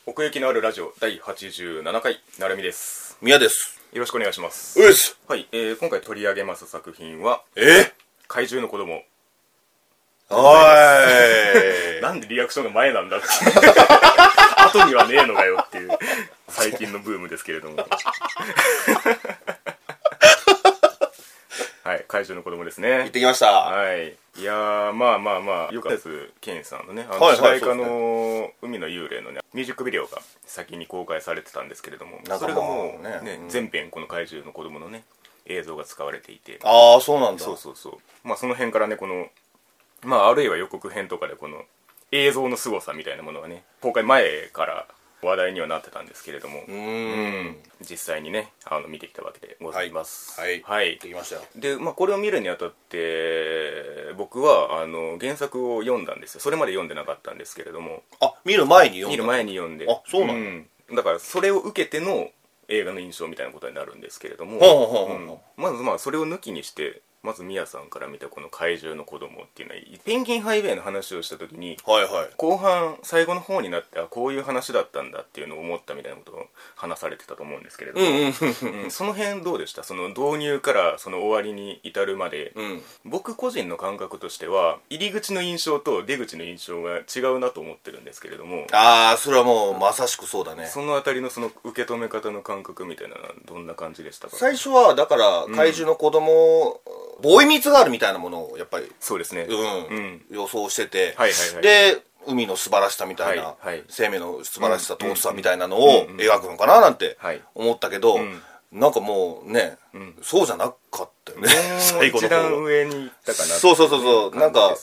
奥行きのあるラジオ第87回なるみです。 宮です。 よろしくお願いします。 うっす。 はい、今回取り上げます作品は怪獣の子供。 おーいなんでリアクションが前なんだって後にはねえのかよっていう最近のブームですけれどもはい、怪獣の子供ですね。 行ってきました。 はい。いやー、まあよくケンさんのね、主題歌の海の幽霊のねミュージックビデオが先に公開されてたんですけれども、それがもうね、全編この怪獣の子供のね映像が使われていて、 ああそうなんだ。 そうまあその辺からね、このまああるいは予告編とかでこの映像の凄さみたいなものがね公開前から話題にはなってたんですけれども、実際にね見てきたわけでございます。 はい、できましたよ。 で、まあ、これを見るにあたって僕は原作を読んだんですよ。それまで読んでなかったんですけれども。 見る前に読んだ。 見る前に読んで。 あ、そうなんだ、だからそれを受けての映画の印象みたいなことになるんですけれども、まずまあそれを抜きにして、まずミヤさんから見たこの怪獣の子供っていうのは、ペンギンハイウェイの話をした時に、後半最後の方になってこういう話だったんだっていうのを思ったみたいなことを話されてたと思うんですけれども、その辺どうでした？その導入からその終わりに至るまで、僕個人の感覚としては入り口の印象と出口の印象が違うなと思ってるんですけれども。 ああ、それはもうまさしくそうだね。 そのあたりのその受け止め方の感覚みたいなのはどんな感じでしたか？ 最初はだから怪獣の子供、ボーイミーツガールみたいなものをやっぱりそうですね、 予想してて、 で海の素晴らしさみたいな、生命の素晴らしさ、尊さみたいなのを描くのかななんて思ったけど、なんかもうね、そうじゃなかったよね。最後の方一段上に行ったかな。 そうなんか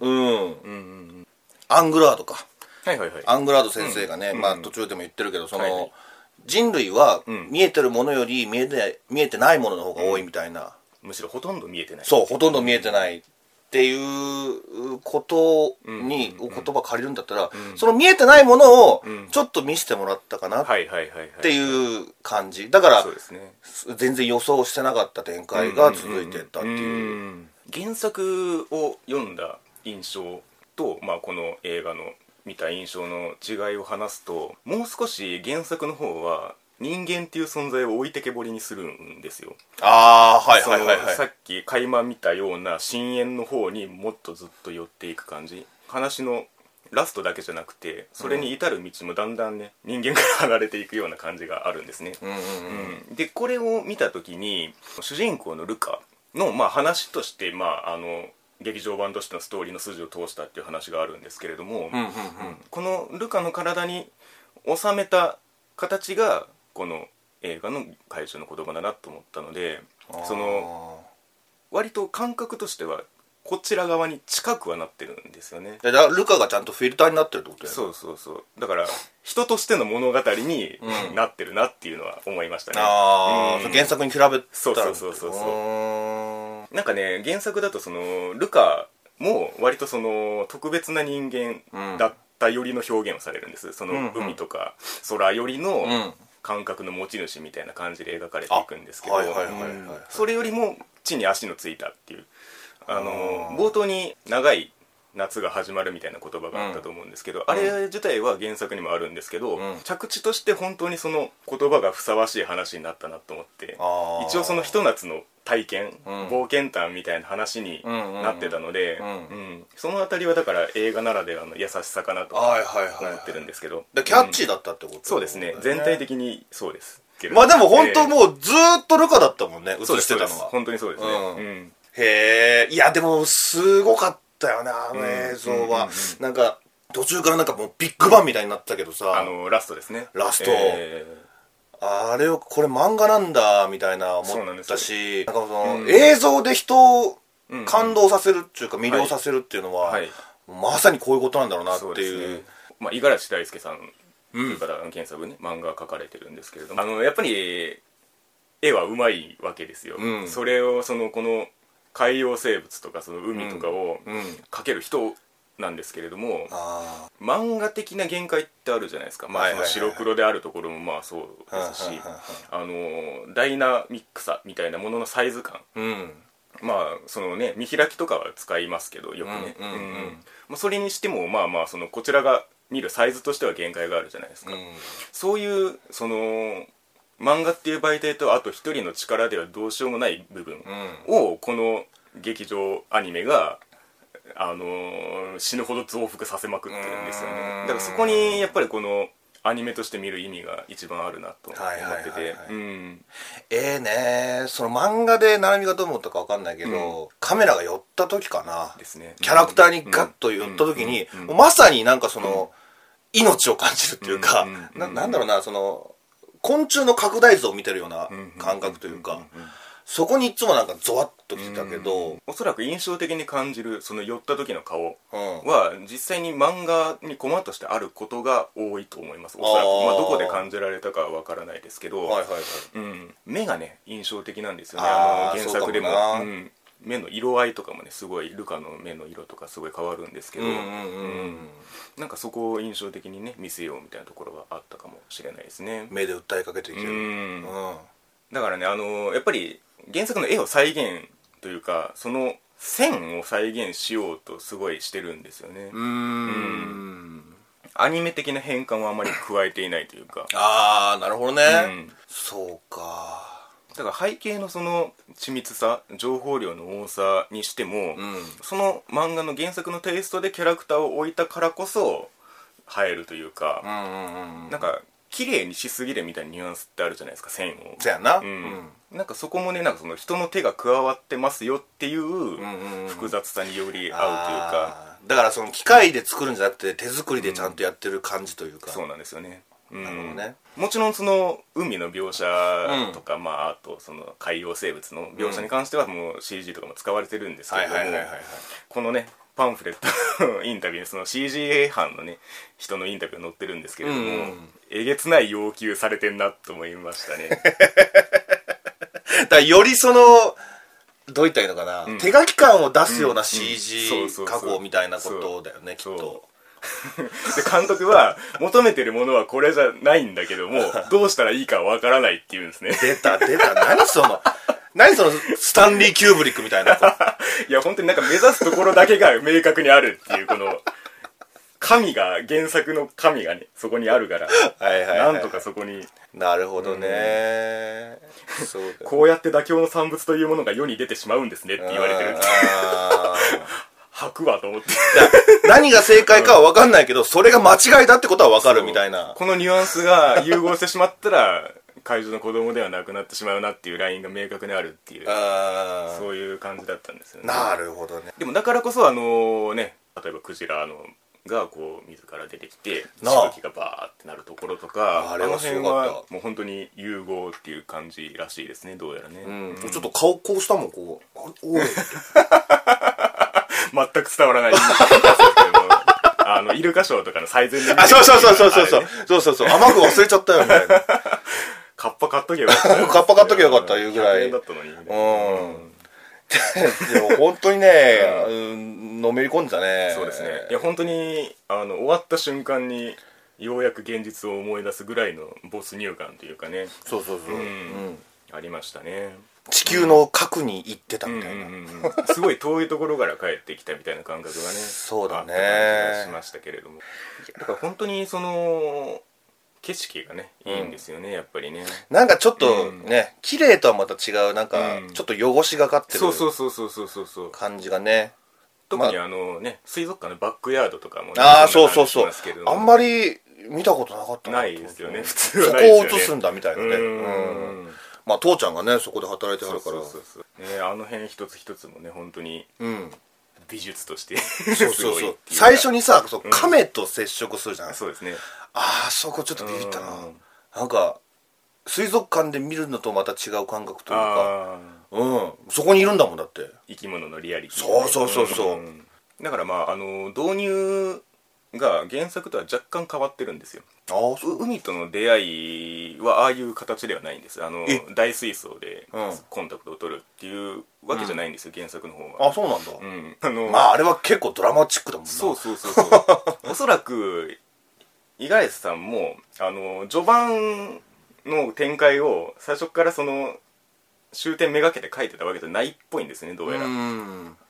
アングラードか、アングラード先生がね、まあ途中でも言ってるけど、その人類は見えてるものより見えてないものの方が多いみたいな。 むしろほとんど見えてない。 そう、ほとんど見えてないっていうことにお言葉借りるんだったら、その見えてないものをちょっと見せてもらったかなっていう感じだから、全然予想してなかった展開が続いてったっていう。 原作を読んだ印象と、まあ、この映画の見た印象の違いを話すと、もう少し原作の方は人間っていう存在を置いてけぼりにするんですよ。 さっき垣間見たような深淵の方にもっとずっと寄っていく感じ。話のラストだけじゃなくて、それに至る道もだんだんね、人間から離れていくような感じがあるんですね。でこれを見た時に主人公のルカの、まあ、話として、まあ、劇場版としてのストーリーの筋を通したっていう話があるんですけれども、このルカの体に収めた形がこの映画の怪獣の子供だなと思ったので、その割と感覚としてはこちら側に近くはなってるんですよね。 ルカがちゃんとフィルターになってるってことだよね。 そうだから人としての物語になってるなっていうのは思いましたね。 原作に比べたら。 そうなんかね、原作だとそのルカも割とその特別な人間だったよりの表現をされるんです。その海とか空よりの感覚の持ち主みたいな感じで描かれていくんですけど、それよりも地に足のついたっていう、冒頭に長い夏が始まるみたいな言葉があったと思うんですけど、あれ自体は原作にもあるんですけど、着地として本当にその言葉がふさわしい話になったなと思って、一応そのひと夏の体験、冒険譚みたいな話になってたので、そのあたりはだから映画ならではの優しさかなと思ってるんですけど、 キャッチーだったってこと？ そうですね、全体的にそうですけど。 まあでも本当もうずーっとルカだったもんね、映してたのは。 本当にそうですね。 へえ、いやでもすごかったよね、あの映像は。なんか途中からなんかもうビッグバンみたいになったけどさ、 ラストですね。 ラスト、あれをこれ漫画なんだみたいな思ったし、なんかその映像で人を感動させるっていうか魅了させるっていうのはまさにこういうことなんだろうなっていう。 まあ五十嵐大輔さんという方が原作ね漫画描かれてるんですけれども、やっぱり絵はうまいわけですよ。それをこの海洋生物とかその海とかを描ける人なんですけれども、漫画的な限界ってあるじゃないですか。まあその白黒であるところもまあそうですし、ダイナミックさみたいなもののサイズ感、まあそのね見開きとかは使いますけどよくね、それにしてもまあまあそのこちらが見るサイズとしては限界があるじゃないですか、そういうその漫画っていう媒体とあと一人の力ではどうしようもない部分をこの劇場アニメが死ぬほど増幅させまくってるんですよね。だからそこにやっぱりこのアニメとして見る意味が一番あるなと思ってて、 その漫画で成海がどう思ったか分かんないけど、カメラが寄った時かなですね、 キャラクターにガッと寄った時に、まさになんかその、命を感じるっていうか、なんだろうな、その昆虫の拡大図を見てるような感覚というか、そこにいつもなんかゾワッときてたけど、 おそらく印象的に感じるその寄った時の顔は、実際に漫画にコマとしてあることが多いと思います。おそらくどこで感じられたかはわからないですけど、目がね印象的なんですよね。原作でも目の色合いとかもね、すごいルカの目の色とかすごい変わるんですけど、なんかそこを印象的にね見せようみたいなところがあったかもしれないですね。 目で訴えかけていける。 だからね、やっぱり原作の絵を再現というか、その線を再現しようとすごいしてるんですよね。アニメ的な変換はあまり加えていないというか。 なるほどね、そうか。 だから背景のその緻密さ、情報量の多さにしても、その漫画の原作のテイストでキャラクターを置いたからこそ映えるというか、なんか綺麗にしすぎるみたいなニュアンスってあるじゃないですか、線を。 そうやな。 なんかそこもね、なんかその人の手が加わってますよっていう複雑さにより合うというか、 だからその機械で作るんじゃなくて手作りでちゃんとやってる感じというか、 そうなんですよね。 なるほどね。 もちろんその海の描写とか、あとその海洋生物の描写に関してはもう CG とかも使われてるんですけれども、このねパンフレットのインタビューにその CG 班のね人のインタビューが載ってるんですけれども、えげつない要求されてんなと思いましたね。 だからよりそのどういったらいいのかな、手書き感を出すような CG 加工みたいなことだよね、きっと。 で監督は求めてるものはこれじゃないんだけども、どうしたらいいかわからないって言うんですね。 出た何そのスタンリー・キューブリックみたいな。 いや本当になんか目指すところだけが明確にあるっていう、この神が、原作の神がねそこにあるから、なんとかそこに。 なるほどね、 そうだ、こうやって妥協の産物というものが世に出てしまうんですねって言われてるって。吐くわと思って。 何が正解かは分かんないけど、それが間違いだってことは分かるみたいな。 このニュアンスが融合してしまったら怪獣の子供ではなくなってしまうなっていうラインが明確にあるっていう、そういう感じだったんですよね。 なるほどね。 でもだからこそね、例えばクジラがこう自ら出てきてしぶきがバーってなるところとか、 あれはすごかった。 もう本当に融合っていう感じらしいですね、どうやらね。 ちょっと顔こうしたもん、こうおい全く伝わらないイルカショーとかの最前で見て、 そう甘く忘れちゃったよみたいな。 カッパ買っとけばよかった。 カッパ買っとけばよかったいうぐらい。 100円だったのにみたいな。 でも本当にね、のめり込んでたね。 そうですね。いや本当に終わった瞬間にようやく現実を思い出すぐらいの没入感というかね。 そう、 ありましたね。 地球の核に行ってたみたいな、 すごい遠いところから帰ってきたみたいな感覚がね、 そうだね、 あった感じがしましたけれども、だから本当にその景色がねいいんですよね、やっぱりね。 なんかちょっとね、綺麗とはまた違う、なんかちょっと汚しがかってる感じがね。 特に水族館のバックヤードとかもね、 そうあんまり見たことなかったないですよね、普通はないですよね。 そこを映すんだみたいなね。父ちゃんがねそこで働いてはるから、 あの辺一つ一つもね本当に美術としてそう最初にさ、亀と接触するじゃない。 そうですね。 そこちょっとビビったな。なんか水族館で見るのとまた違う感覚というか、そこにいるんだもん、だって生き物のリアリティ。 そうだから導入が原作とは若干変わってるんですよ。海との出会いはああいう形ではないんです。大水槽でコンタクトを取るっていうわけじゃないんですよ、原作の方は。 そうなんだ。あれは結構ドラマチックだもんな。 そうおそらく五十嵐さんも序盤の展開を最初からその終点めがけて書いてたわけじゃないっぽいんですね、どうやら。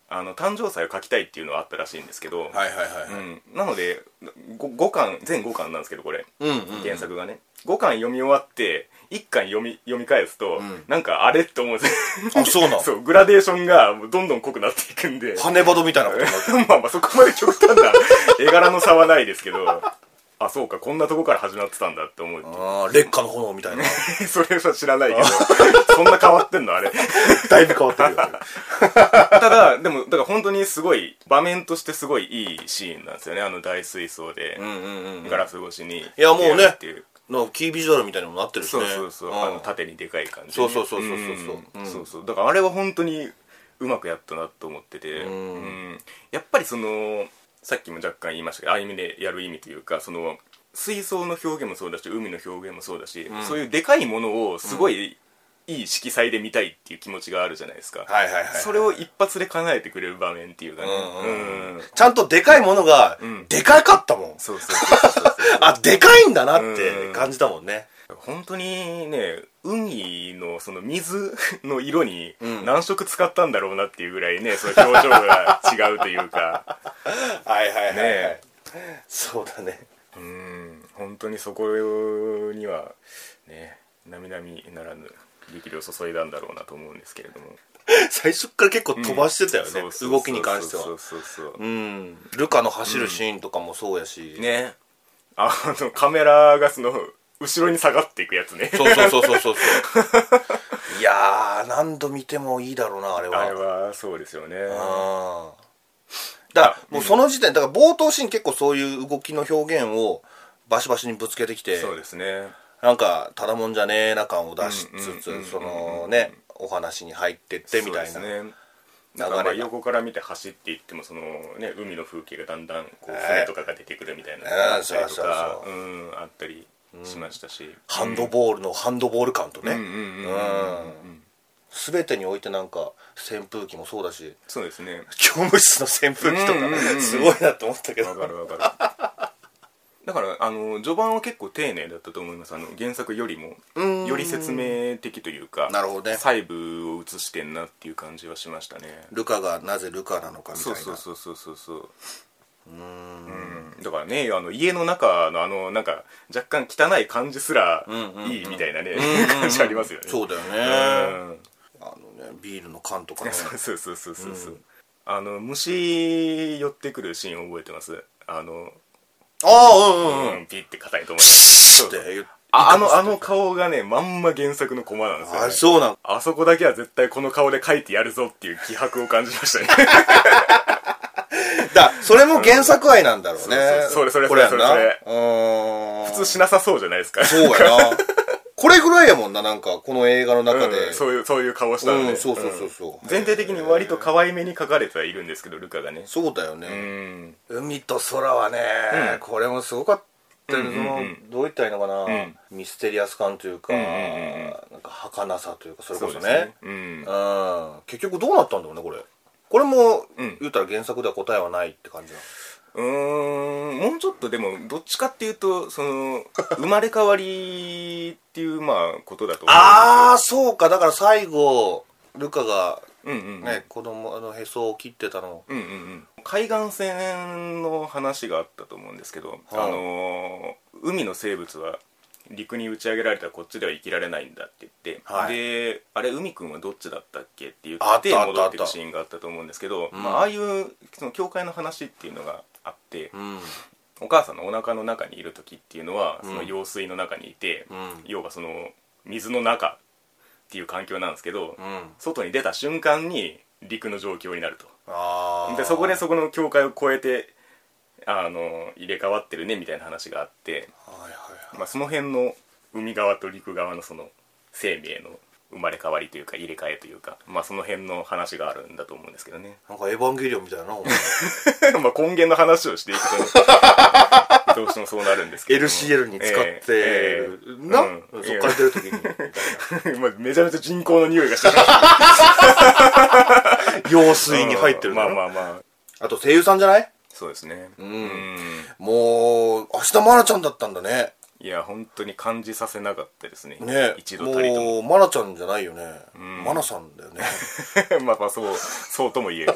誕生祭を書きたいっていうのはあったらしいんですけど、 はいはいはい、 なので5巻全5巻なんですけどこれ、原作がね5巻読み終わって1巻読み返すと、なんかあれって思うんですよ。 あ、そうなの。 そうグラデーションがどんどん濃くなっていくんで、 羽バドみたいなことになってまあそこまで極端な絵柄の差はないですけどあ、そうか、こんなとこから始まってたんだって思う。 烈火の炎みたいな。 それは知らないけど、そんな変わってんのあれ。 だいぶ変わってるよ。 ただ、でも、だから本当にすごい、場面としてすごいいいシーンなんですよね。大水槽で、ガラス越しに。 いや、もうね、キービジュアルみたいにもなってるしね。 そう。縦にでかい感じ。 そう。 だからあれは本当にうまくやったなと思ってて、やっぱりさっきも若干言いましたけど、ああいう意味でやる意味というか、水槽の表現もそうだし、海の表現もそうだし、そういうでかいものをすごいいい色彩で見たいっていう気持ちがあるじゃないですか。それを一発で叶えてくれる場面っていうかね。 ちゃんとでかいものが、でかかったもん。 そう。 あ、でかいんだなって感じたもんね。 本当にね、海の水の色に何色使ったんだろうなっていうぐらいね、その表情が違うというか。 はいね、そうだね。 本当にそこにはね、並々ならぬ力量を注いだんだろうなと思うんですけれども。 最初から結構飛ばしてたよね、動きに関しては。ルカの走るシーンとかもそうやし。 ね。カメラが後ろに下がっていくやつね。 そう。いやー、何度見てもいいだろうな、あれは。 あれはそうですよね。 だからもうその時点だから冒頭シーン結構そういう動きの表現をバシバシにぶつけてきて、 そうですね、 なんかただもんじゃねえな感を出しつつ、そのねお話に入ってってみたいな。 なんか横から見て走っていっても海の風景がだんだん船とかが出てくるみたいなあったりとかあったりしましたし、 ハンドボールのハンドボール感とね、全てにおいてなんか扇風機もそうだし、 そうですね、 教務室の扇風機とかすごいなと思ったけど。 わかるだから序盤は結構丁寧だったと思います。原作よりもより説明的というか、 なるほどね、 細部を映してんなっていう感じはしましたね。 ルカがなぜルカなのかみたいな。 そうだからね、家の中のなんか若干汚い感じすらいいみたいなね感じありますよね。 そうだよね。ビールの缶とかね。 そう虫寄ってくるシーンを覚えてます。ピッて肩に止まってあの顔がね、まんま原作のコマなんですよね。 そうなん。 あそこだけは絶対この顔で描いてやるぞっていう気迫を感じましたね。 それも原作愛なんだろうね。 それ普通しなさそうじゃないですか。 そうやな。これぐらいやもんな、なんかこの映画の中で、 そういう顔したので、 そう全体的に割と可愛めに描かれてはいるんですけど、ルカがね。 そうだよね。海と空はね、これもすごかったよ。どう言ったらいいのかな、ミステリアス感というか、なんか儚さというか、それこそね。結局どうなったんだろうね、これ。これも言ったら原作では答えはないって感じなの。 もうちょっとでもどっちかっていうと生まれ変わりっていうことだと思うんですよ。 ああ、そうか。だから最後ルカが子供のへそを切ってたの、 海岸線の話があったと思うんですけど、海の生物は陸に打ち上げられたらこっちでは生きられないんだって言って、であれ海くんはどっちだったっけって言って戻っていくシーンがあったと思うんですけど、ああいう教会の話っていうのがあって、お母さんのお腹の中にいる時っていうのはその用水の中にいて、要はその水の中っていう環境なんですけど、外に出た瞬間に陸の状況になると。でそこの境界を越えて入れ替わってるねみたいな話があって、その辺の海側と陸側のその生命の生まれ変わりというか入れ替えというか、その辺の話があるんだと思うんですけどね。 なんかエヴァンゲリオンみたいな根源の話をしていくとどうしてもそうなるんですけど LCL に使ってそっから出るときにめちゃめちゃ人工の匂いがして用水に入ってるあと声優さんじゃない？ そうですね。 もう明日愛菜ちゃんだったんだね。 いや本当に感じさせなかったですね。 ね、 一度たりとも。 もうマナちゃんじゃないよね、マナさんだよねまあそうとも言える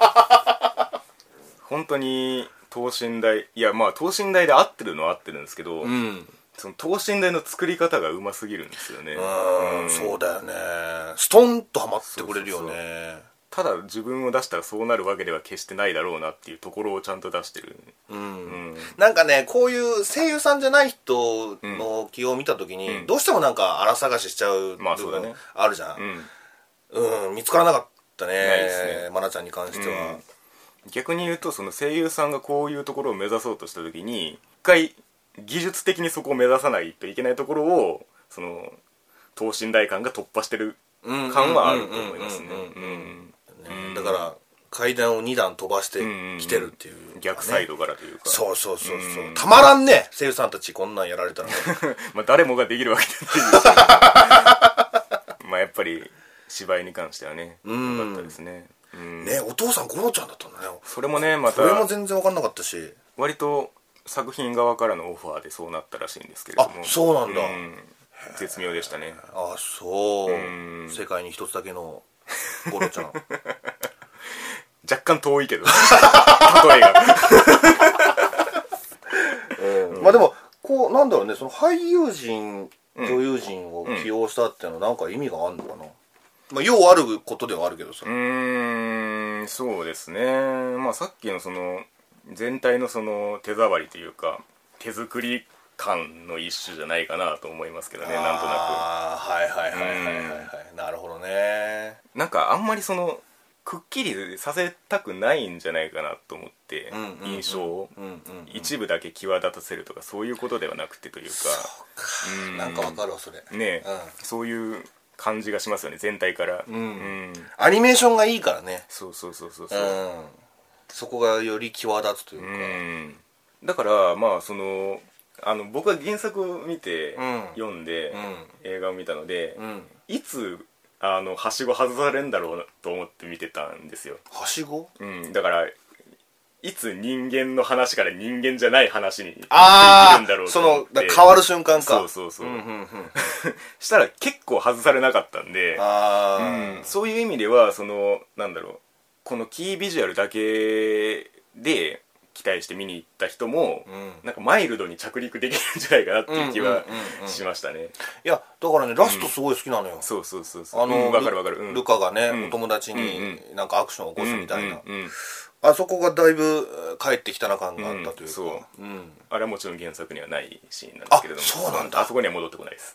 本当に等身大、いやまあ等身大で合ってるのは合ってるんですけど、その等身大の作り方がうますぎるんですよね。 そうだよね、ストンとはまってくれるよね。 ただ自分を出したらそうなるわけでは決してないだろうなっていうところをちゃんと出してる。 なんかね、こういう声優さんじゃない人の起用を見た時に、どうしてもなんか荒探ししちゃう部分あるじゃん。見つからなかったね、マナちゃんに関しては。 逆に言うとその声優さんがこういうところを目指そうとした時に一回技術的にそこを目指さないといけないところをその等身大感が突破してる感はあると思いますね。 だから階段を2段飛ばしてきてるっていう、 逆サイドからというか、 そうたまらんね、声優さんたちこんなんやられたらまあ誰もができるわけじゃないですけどまあやっぱり芝居に関してはね良かったですね。 ね、お父さんゴロちゃんだったんだね。 それもねまたそれも全然分かんなかったし、 割と作品側からのオファーでそうなったらしいんですけれども。 そうなんだ。 絶妙でしたね。 そう、世界に一つだけのゴロちゃん若干遠いけど例えがまあでもこうなんだろうね、その俳優陣女優陣を起用したっていうのはなんか意味があるのかな。まあようあることではあるけどさ。 そうですね。まあさっきのその全体のその手触りというか手作り感の一種じゃないかなと思いますけどね。なんとなく。 なるほどね。 なんかあんまりそのくっきりさせたくないんじゃないかなと思って、印象を一部だけ際立たせるとかそういうことではなくてというか、 なんかわかるわそれね、そういう感じがしますよね全体から。 アニメーションがいいからね。 そうそこがより際立つというか、 だからまあその僕は原作を見て読んで映画を見たので、いつはしご外されるんだろうと思って見てたんですよ。 はしご？ だからいつ人間の話から人間じゃない話にいるんだろうと思って、 変わる瞬間か。 そうしたら結構外されなかったんで、そういう意味ではそのなんだろう、このキービジュアルだけで期待して見に行った人も、なんかマイルドに着陸できるんじゃないかなっていう気はしましたね。 いやだからね、ラストすごい好きなのよ。 そうわかる。 ルカがね、お友達になんかアクションを起こすみたいな、あそこがだいぶ帰ってきたな感があったというか、あれはもちろん原作にはないシーンなんですけれども、 そうなんだ。 あそこには戻ってこないです。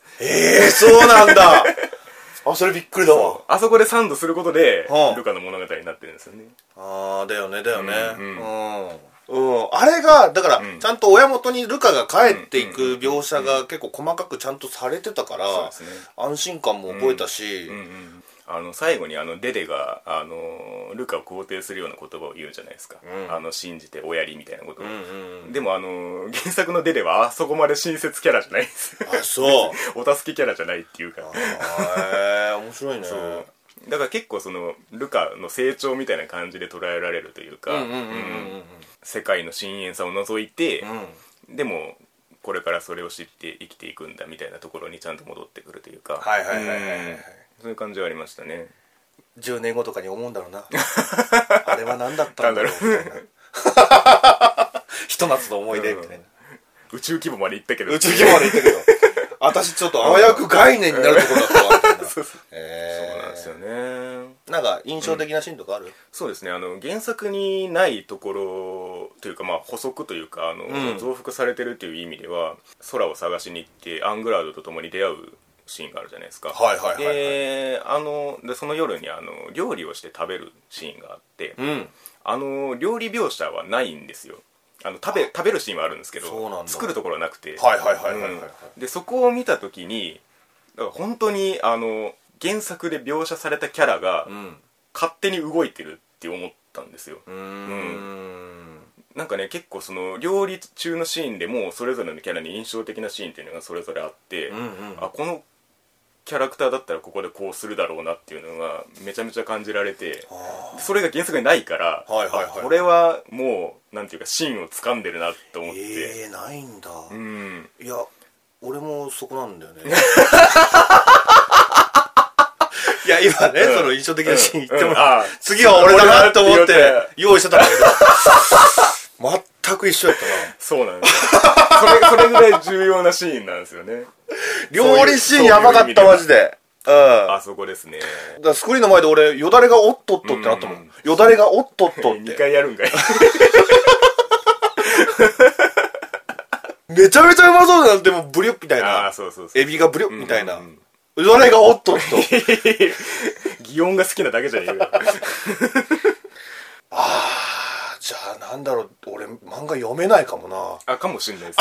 そうなんだそれびっくりだわ。 あそこでサンドすることでルカの物語になってるんですよね。 だよねあれがだから、ちゃんと親元にルカが帰っていく描写が結構細かくちゃんとされてたから、安心感も覚えたし、 最後にデデがルカを肯定するような言葉を言うじゃないですか、信じておやりみたいなことを、でも原作のデデはあそこまで親切キャラじゃないんですお助けキャラじゃないっていうか面白いね。 だから結構そのルカの成長みたいな感じで捉えられるというか、世界の深淵さを除いて、でもこれからそれを知って生きていくんだみたいなところにちゃんと戻ってくるというか、そういう感じはありましたね。 10年後とかに思うんだろうなあれは何だったんだろうみたいなひと夏の思い出みたいな、 宇宙規模まで行ったけど私ちょっと危うく概念になるところだったわみたいなそうなんですよね。 なんか印象的なシーンとかある？ そうですね、原作にないところというか、まあ補足というか増幅されてるという意味では、空を探しに行ってアングラードと共に出会うシーンがあるじゃないですか。でその夜に料理をして食べるシーンがあって、料理描写はないんですよ。食べるシーンはあるんですけど作るところはなくて、でそこを見た時にだから本当に原作で描写されたキャラが勝手に動いてるって思ったんですよ。なんかね、結構その料理中のシーンでもそれぞれのキャラに印象的なシーンっていうのがそれぞれあって、このキャラクターだったらここでこうするだろうなっていうのがめちゃめちゃ感じられて、それが原作にないから、これはもうなんていうか芯を掴んでるなって思って。 ないんだ。いや俺もそこなんだよねいや今ね、その印象的なシーン言ってもらう、次は俺だなと思って用意してたんだけど全く一緒やったな。 そうなんですよそれぐらい重要なシーンなんですよね。 料理シーンやばかったマジで。 あそこですね。 だからスクリーンの前で俺よだれがおっとっとってなったもん。よだれがおっとっとって 2回やるんかいめちゃめちゃうまそうだな。でもブリュッみたいな、 そうエビがブリュッみたいな、よだれがおっとっと擬音が好きなだけじゃねえかじゃあなんだろう、俺漫画読めないかもな。 かもしんないです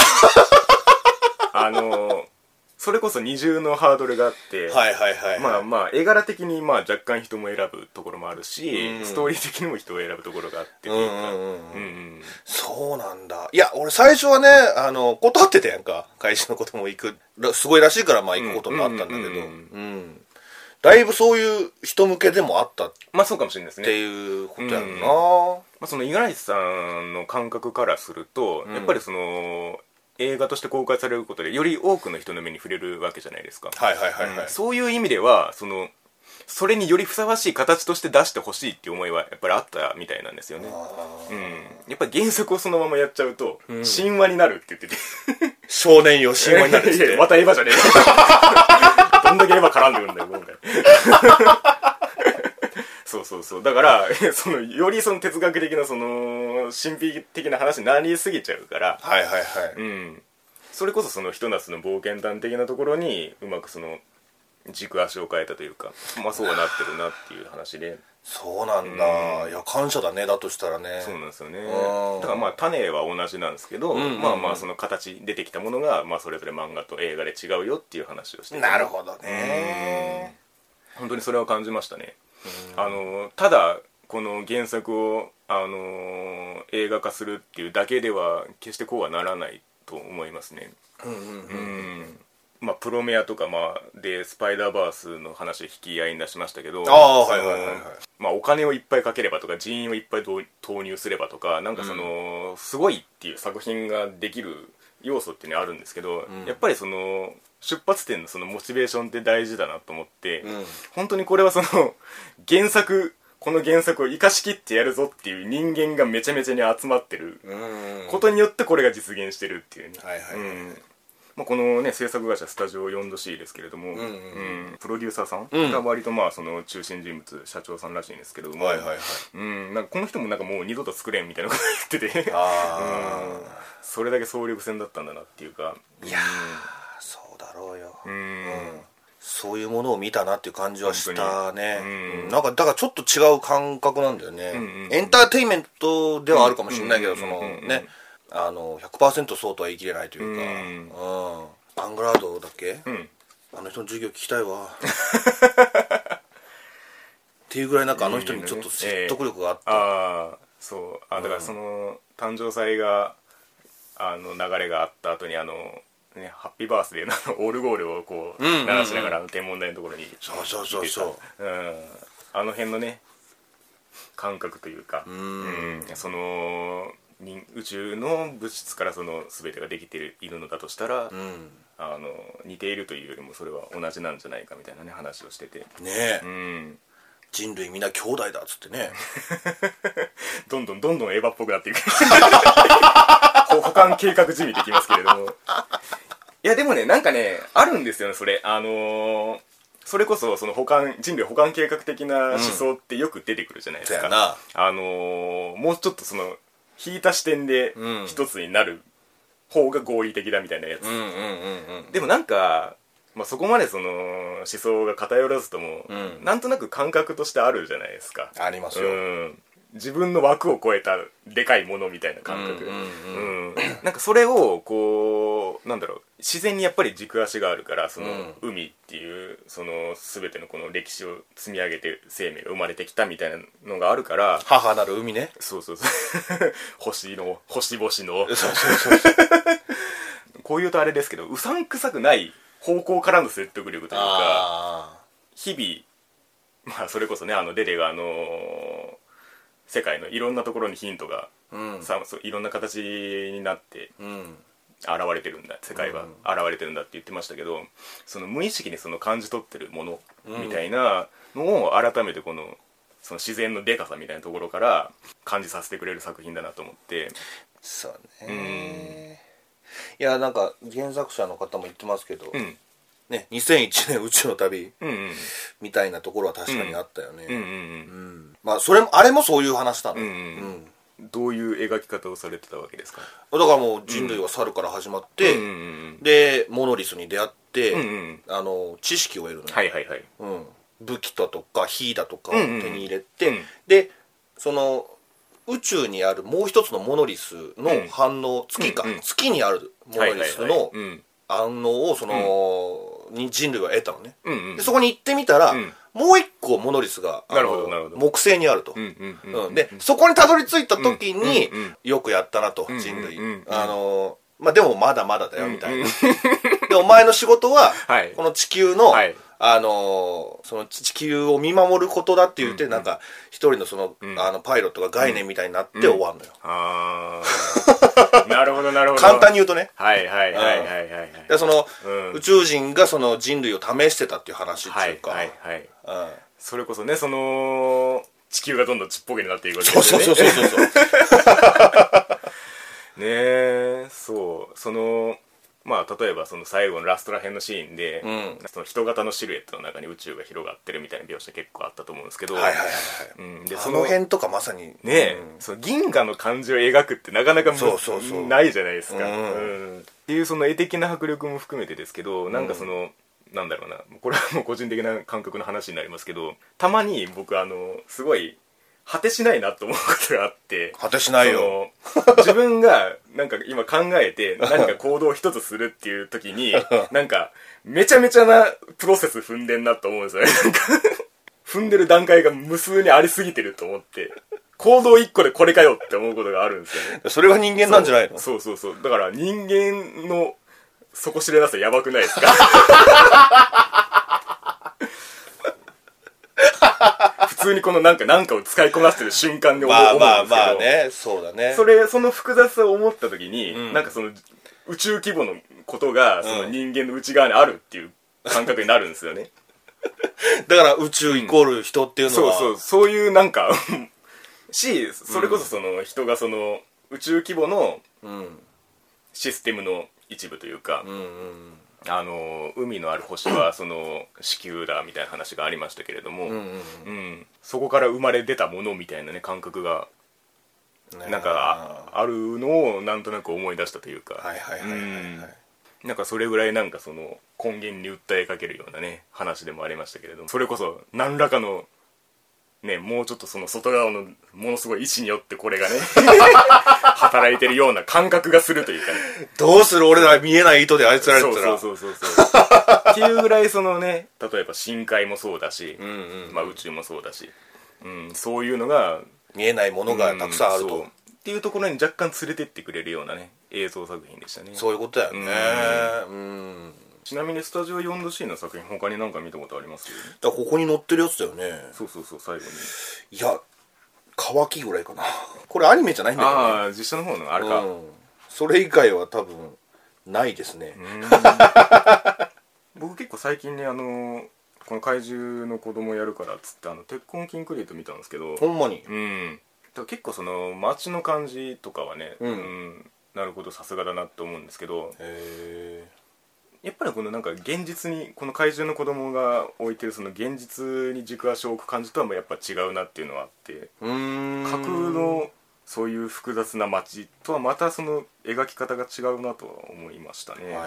それこそ二重のハードルがあって、まあ絵柄的にまあ若干人も選ぶところもあるし、ストーリー的にも人を選ぶところがあってそうなんだ。いや俺最初はね断ってたやんか。会社のことも行くすごいらしいからまあ行くこともあったんだけど、だいぶそういう人向けでもあったそうかもしれないですねっていうことやんな。 その五十嵐さんの感覚からすると、やっぱりその映画として公開されることでより多くの人の目に触れるわけじゃないですか。そういう意味ではそれによりふさわしい形として出してほしいっていう思いはやっぱりあったみたいなんですよね。やっぱり原作をそのままやっちゃうと神話になるって言ってて少年よ神話になるってまたエヴァじゃねえどんだけエヴァ絡んでるんだよ今回そうだからよりその哲学的な神秘的な話になりすぎちゃうからそれこそそのひと夏の冒険団的なところにうまく軸足を変えたというか、そうはなってるなっていう話で。 そうなんだ。いや感謝だね。だとしたらね。 そうなんですよね。だからまあ種は同じなんですけど、その形出てきたものがそれぞれ漫画と映画で違うよっていう話をして、 なるほどね。 本当にそれは感じましたね。ただこの原作を映画化するっていうだけでは決してこうはならないと思いますね。プロメアとかでスパイダーバースの話引き合いに出しましたけど、お金をいっぱいかければとか人員をいっぱい投入すればとかなんかすごいっていう作品ができる要素っていうのはあるんですけど、やっぱり出発点のモチベーションって大事だなと思って、本当にこれはこの原作を生かしきってやるぞっていう人間がめちゃめちゃに集まってることによってこれが実現してるっていうね。このね制作会社スタジオ 4°C ですけれども、プロデューサーさんが割と中心人物社長さんらしいんですけれども、なんかこの人もなんかもう二度と作れんみたいなこと言っててそれだけ総力戦だったんだなっていうか。 いやそうだろうよ。そういうものを見たなっていう感じはしたね。なんかだからちょっと違う感覚なんだよね。エンターテインメントではあるかもしれないけどね100% そうとは言い切れないというか、アングラードだっけ、あの人の授業聞きたいわっていうぐらいなんかあの人にちょっと説得力があった。 だから誕生祭が流れがあった後にハッピーバースデーのオールゴールをこう鳴らしながら天文台のところにあの辺のね感覚というか、宇宙の物質から全てができているのだとしたら、似ているというよりもそれは同じなんじゃないかみたいなね話をしててね人類みんな兄弟だっつってねどんどんエヴァっぽくなっていく保管計画地味できますけれどもいやでもねなんかねあるんですよねそれそれこそ人類保管計画的な思想ってよく出てくるじゃないですか。もうちょっと引いた視点で一つになる方が合理的だみたいなやつ。でもなんか、そこまで思想が偏らずとも、なんとなく感覚としてあるじゃないですか。 ありますよ。 自分の枠を超えたでかいものみたいな感覚。なんかそれをこう自然にやっぱり軸足があるから海っていう全てのこの歴史を積み上げて生命が生まれてきたみたいなのがあるから母なる海ね。 そう星々のこういうとあれですけどうさんくさくない方向からの説得力というか日々それこそねデレが世界のいろんなところにヒントがいろんな形になって現れてるんだ、世界は現れてるんだって言ってましたけど、その無意識にその感じ取ってるものみたいなのを改めてその自然のでかさみたいなところから感じさせてくれる作品だなと思って。 そうね。いや、なんか原作者の方も言ってますけど、ね、2001年宇宙の旅みたいなところは確かにあったよね。まああれもそういう話なの。 どういう描き方をされてたわけですか？ だからもう人類は猿から始まって、でモノリスに出会って、知識を得るのよ。 はいはいはい。 武器だとか火だとかを手に入れて、でその宇宙にあるもう一つのモノリスの反応、月にあるモノリスの反応を人類は得たのね。でそこに行ってみたら、もう一個モノリスが木星にあると。でそこにたどり着いた時によくやったなと、人類。まあでもまだまだだよみたいな。でお前の仕事はこの地球のその地球を見守ることだって言って、なんか一人のパイロットが概念みたいになって終わるのよ。 なるほどなるほど。 簡単に言うとね。 はいはいはいはいはい。 で宇宙人がその人類を試してたっていう話っていうか。 それこそね、地球がどんどんちっぽけになっていくわけですよね。 そうねえ、そうまあ例えば最後のラストらへんのシーンで、その人型のシルエットの中に宇宙が広がってるみたいな描写結構あったと思うんですけど、でその辺とかまさにね、その銀河の感じを描くってなかなかないじゃないですか。っていうその絵的な迫力も含めてですけど、なんかなんだろうな、これはもう個人的な感覚の話になりますけど、たまに僕すごい果てしないなと思うことがあって。 果てしないよ。 自分がなんか今考えて何か行動を一つするっていう時になんかめちゃめちゃなプロセス踏んでんなと思うんですよね。なんか踏んでる段階が無数にありすぎてると思って、行動一個でこれかよって思うことがあるんですよね。 それが人間なんじゃないの？ そうだから人間の底知れなさやばくないですか？普通になんかを使いこなしてる瞬間で思うんですけど、 まあね、そうだね。 その複雑さを思った時に、なんか宇宙規模のことが人間の内側にあるっていう感覚になるんですよね。 だから宇宙イコール人っていうのは、 そういうなんかそれこそ人が宇宙規模のシステムの一部というか、海のある星は子宮だみたいな話がありましたけれども、そこから生まれ出たものみたいなね感覚がなんかあるのをなんとなく思い出したというか、なんかそれぐらいなんか根源に訴えかけるようなね話でもありましたけれども、それこそ何らかのね、もうちょっと外側のものすごい意志によってこれがね働いてるような感覚がするというかね。 どうする俺ら見えない糸で操られてたら。 そうっていうぐらいね、例えば深海もそうだし、まあ宇宙もそうだし、そういうのが見えないものがたくさんあると、 っていうところに若干連れてってくれるようなね映像作品でしたね。 そういうことだよね。 ちなみにスタジオ 4°C の作品他に何か見たことあります？ ここに載ってるやつだよね。 そう最後に。 いや、乾きぐらいかな。これアニメじゃないんだよね。 ああ、実写の方のあれか。 それ以外は多分ないですね。 僕結構最近ねこの怪獣の子供やるからっつって鉄痕キンクリート見たんですけど、 ほんまに結構街の感じとかはね、なるほどさすがだなって思うんですけど、やっぱりなんか現実にこの怪獣の子供が置いてる現実に軸足を置く感じとはやっぱ違うなっていうのはあって、架空のそういう複雑な街とはまた描き方が違うなとは思いましたね。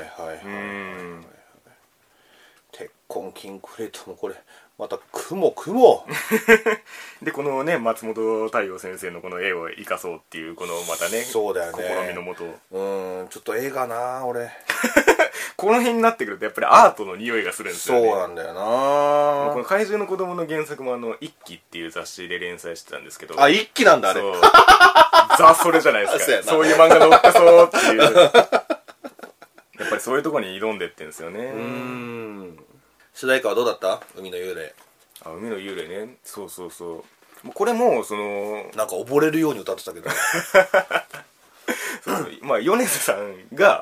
鉄痕キンクレートもこれまた雲でこのね松本太陽先生のこの絵を生かそうっていうまたね、 そうだよね、 試みのもと、 ちょっと絵がな俺この辺になってくるとやっぱりアートの匂いがするんですよね。 そうなんだよな。 この怪獣の子供の原作も一期っていう雑誌で連載してたんですけど、 一期なんだあれ。 それじゃないですか。そういう漫画載ってそうっていうやっぱりそういうところに挑んでってんですよね。 主題歌はどうだった？海の幽霊。 海の幽霊ね。そうこれもなんか溺れるように歌ってたけどまあ米津さんが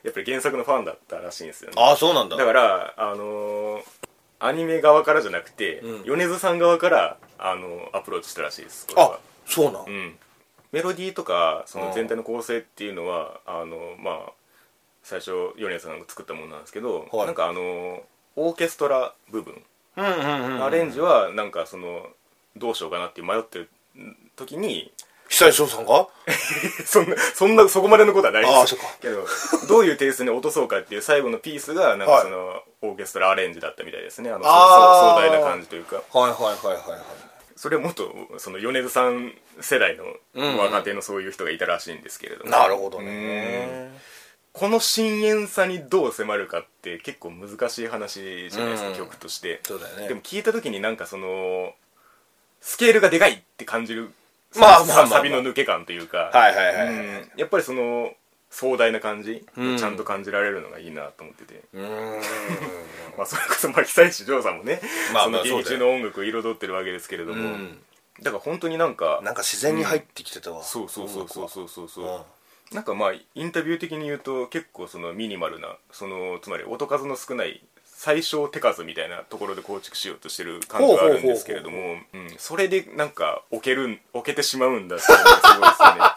やっぱり原作のファンだったらしいんですよね。 ああ、そうなんだ。 だからアニメ側からじゃなくて、米津さん側からアプローチしたらしいです。 あ、そうなん。 メロディーとかその全体の構成っていうのはまあ最初米津さんが作ったものなんですけど、なんかオーケストラ部分、アレンジはなんかそのどうしようかなって迷ってる時に久石譲さんがそこまでのことはないです。 ああ、そっか。 けどどういうテイストに落とそうかっていう最後のピースがなんかそのオーケストラアレンジだったみたいですね。壮大な感じというか。 はいはいはいはいはい。 それはもっとその米津さん世代の若手のそういう人がいたらしいんですけれども、 なるほどね。 この深淵さにどう迫るかって結構難しい話じゃないですか、曲として。 そうだよね。 でも聞いた時になんかそのスケールがでかいって感じる、サビの抜け感というか、やっぱりその壮大な感じ、ちゃんと感じられるのがいいなと思ってて、まあそれこそ久石譲さんもね、その劇中の音楽を彩ってるわけですけれども、だから本当になんか自然に入ってきてたわ。 そうなんかまあインタビュー的に言うと結構そのミニマルな、そのつまり音数の少ない最小手数みたいなところで構築しようとしてる感じがあるんですけれども、それでなんか置けてしまうんだっていうのがすごいですよね。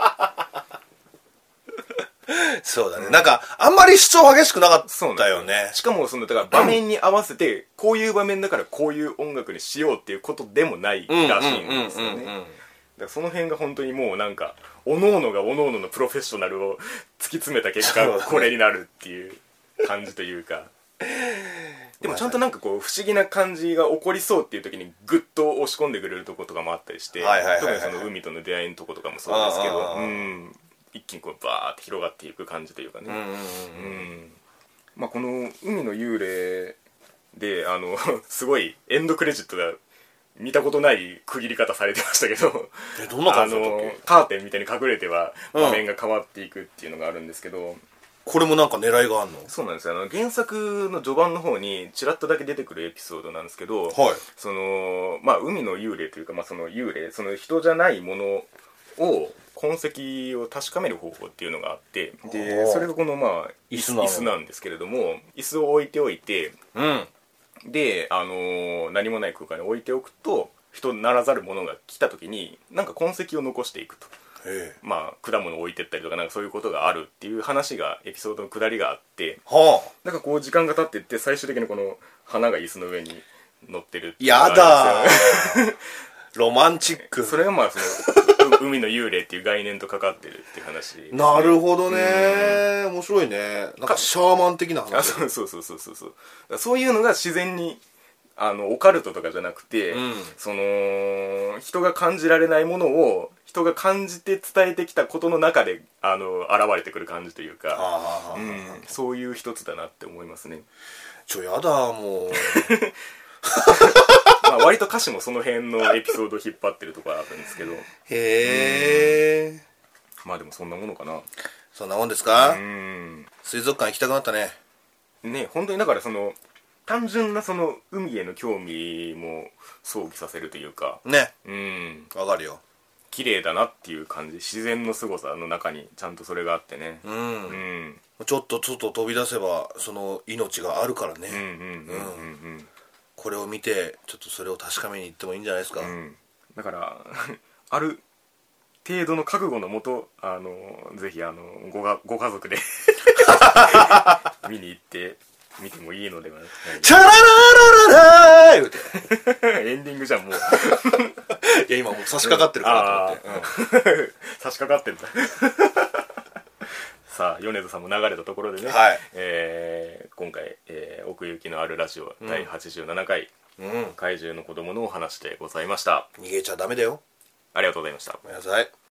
そうだね、なんかあんまり主張激しくなかったよね。 しかもそのだから場面に合わせてこういう場面だからこういう音楽にしようっていうことでもないらしいんですよね。だからその辺が本当にもうなんか各々が各々のプロフェッショナルを突き詰めた結果これになるっていう感じというかでもちゃんとなんかこう不思議な感じが起こりそうっていう時にグッと押し込んでくれるとことかもあったりして、特にその海との出会いのとことかもそうですけど、一気にこうバーって広がっていく感じというかね。まあこの海の幽霊ですごいエンドクレジットが見たことない区切り方されてましたけど、 どんな感じだったっけ？ カーテンみたいに隠れては場面が変わっていくっていうのがあるんですけど、 これもなんか狙いがあるの？ そうなんですよ。原作の序盤の方にちらっとだけ出てくるエピソードなんですけど、そのまあ海の幽霊というか、まあその幽霊、その人じゃないものを痕跡を確かめる方法っていうのがあって、でそれがこのまあ椅子なんですけれども、椅子を置いておいて、で何もない空間に置いておくと人ならざるものが来た時になんか痕跡を残していくと。まあ果物を置いてったりとかなんかそういうことがあるっていう話がエピソードの下りがあって、なんかこう時間が経っていって最終的にこの花が椅子の上に乗ってるっていうのがあるんですよ。 やだロマンチック。 それがまあその海の幽霊っていう概念とかかってるっていう話、ね、 なるほどね、面白いね。なんかシャーマン的な話。 そういうのが自然にオカルトとかじゃなくて、その人が感じられないものを人が感じて伝えてきたことの中で現れてくる感じというか、そういう一つだなって思いますね。 やだもうまあ割と歌詞もその辺のエピソードを引っ張ってるところあるんですけど、まあでもそんなものかな。 そんなもんですか。水族館行きたくなったね。 本当にだからその単純なその海への興味も想起させるというかね、わかるよ。 綺麗だなっていう感じ、自然の凄さの中にちゃんとそれがあってね、 ちょっと外飛び出せばその命があるからね。これを見てちょっとそれを確かめに行ってもいいんじゃないですか。 だからある程度の覚悟のもとぜひご家族で見に行って見てもいいのではないか。 チャラララララー言うてエンディングじゃんもういや今もう差し掛かってるからと思って、 差し掛かってんださあ米津さんも流れたところでね、今回、奥行きのあるラジオ第87回、怪獣の子供のお話でございました。 逃げちゃダメだよ。 ありがとうございました。 ごめんなさい。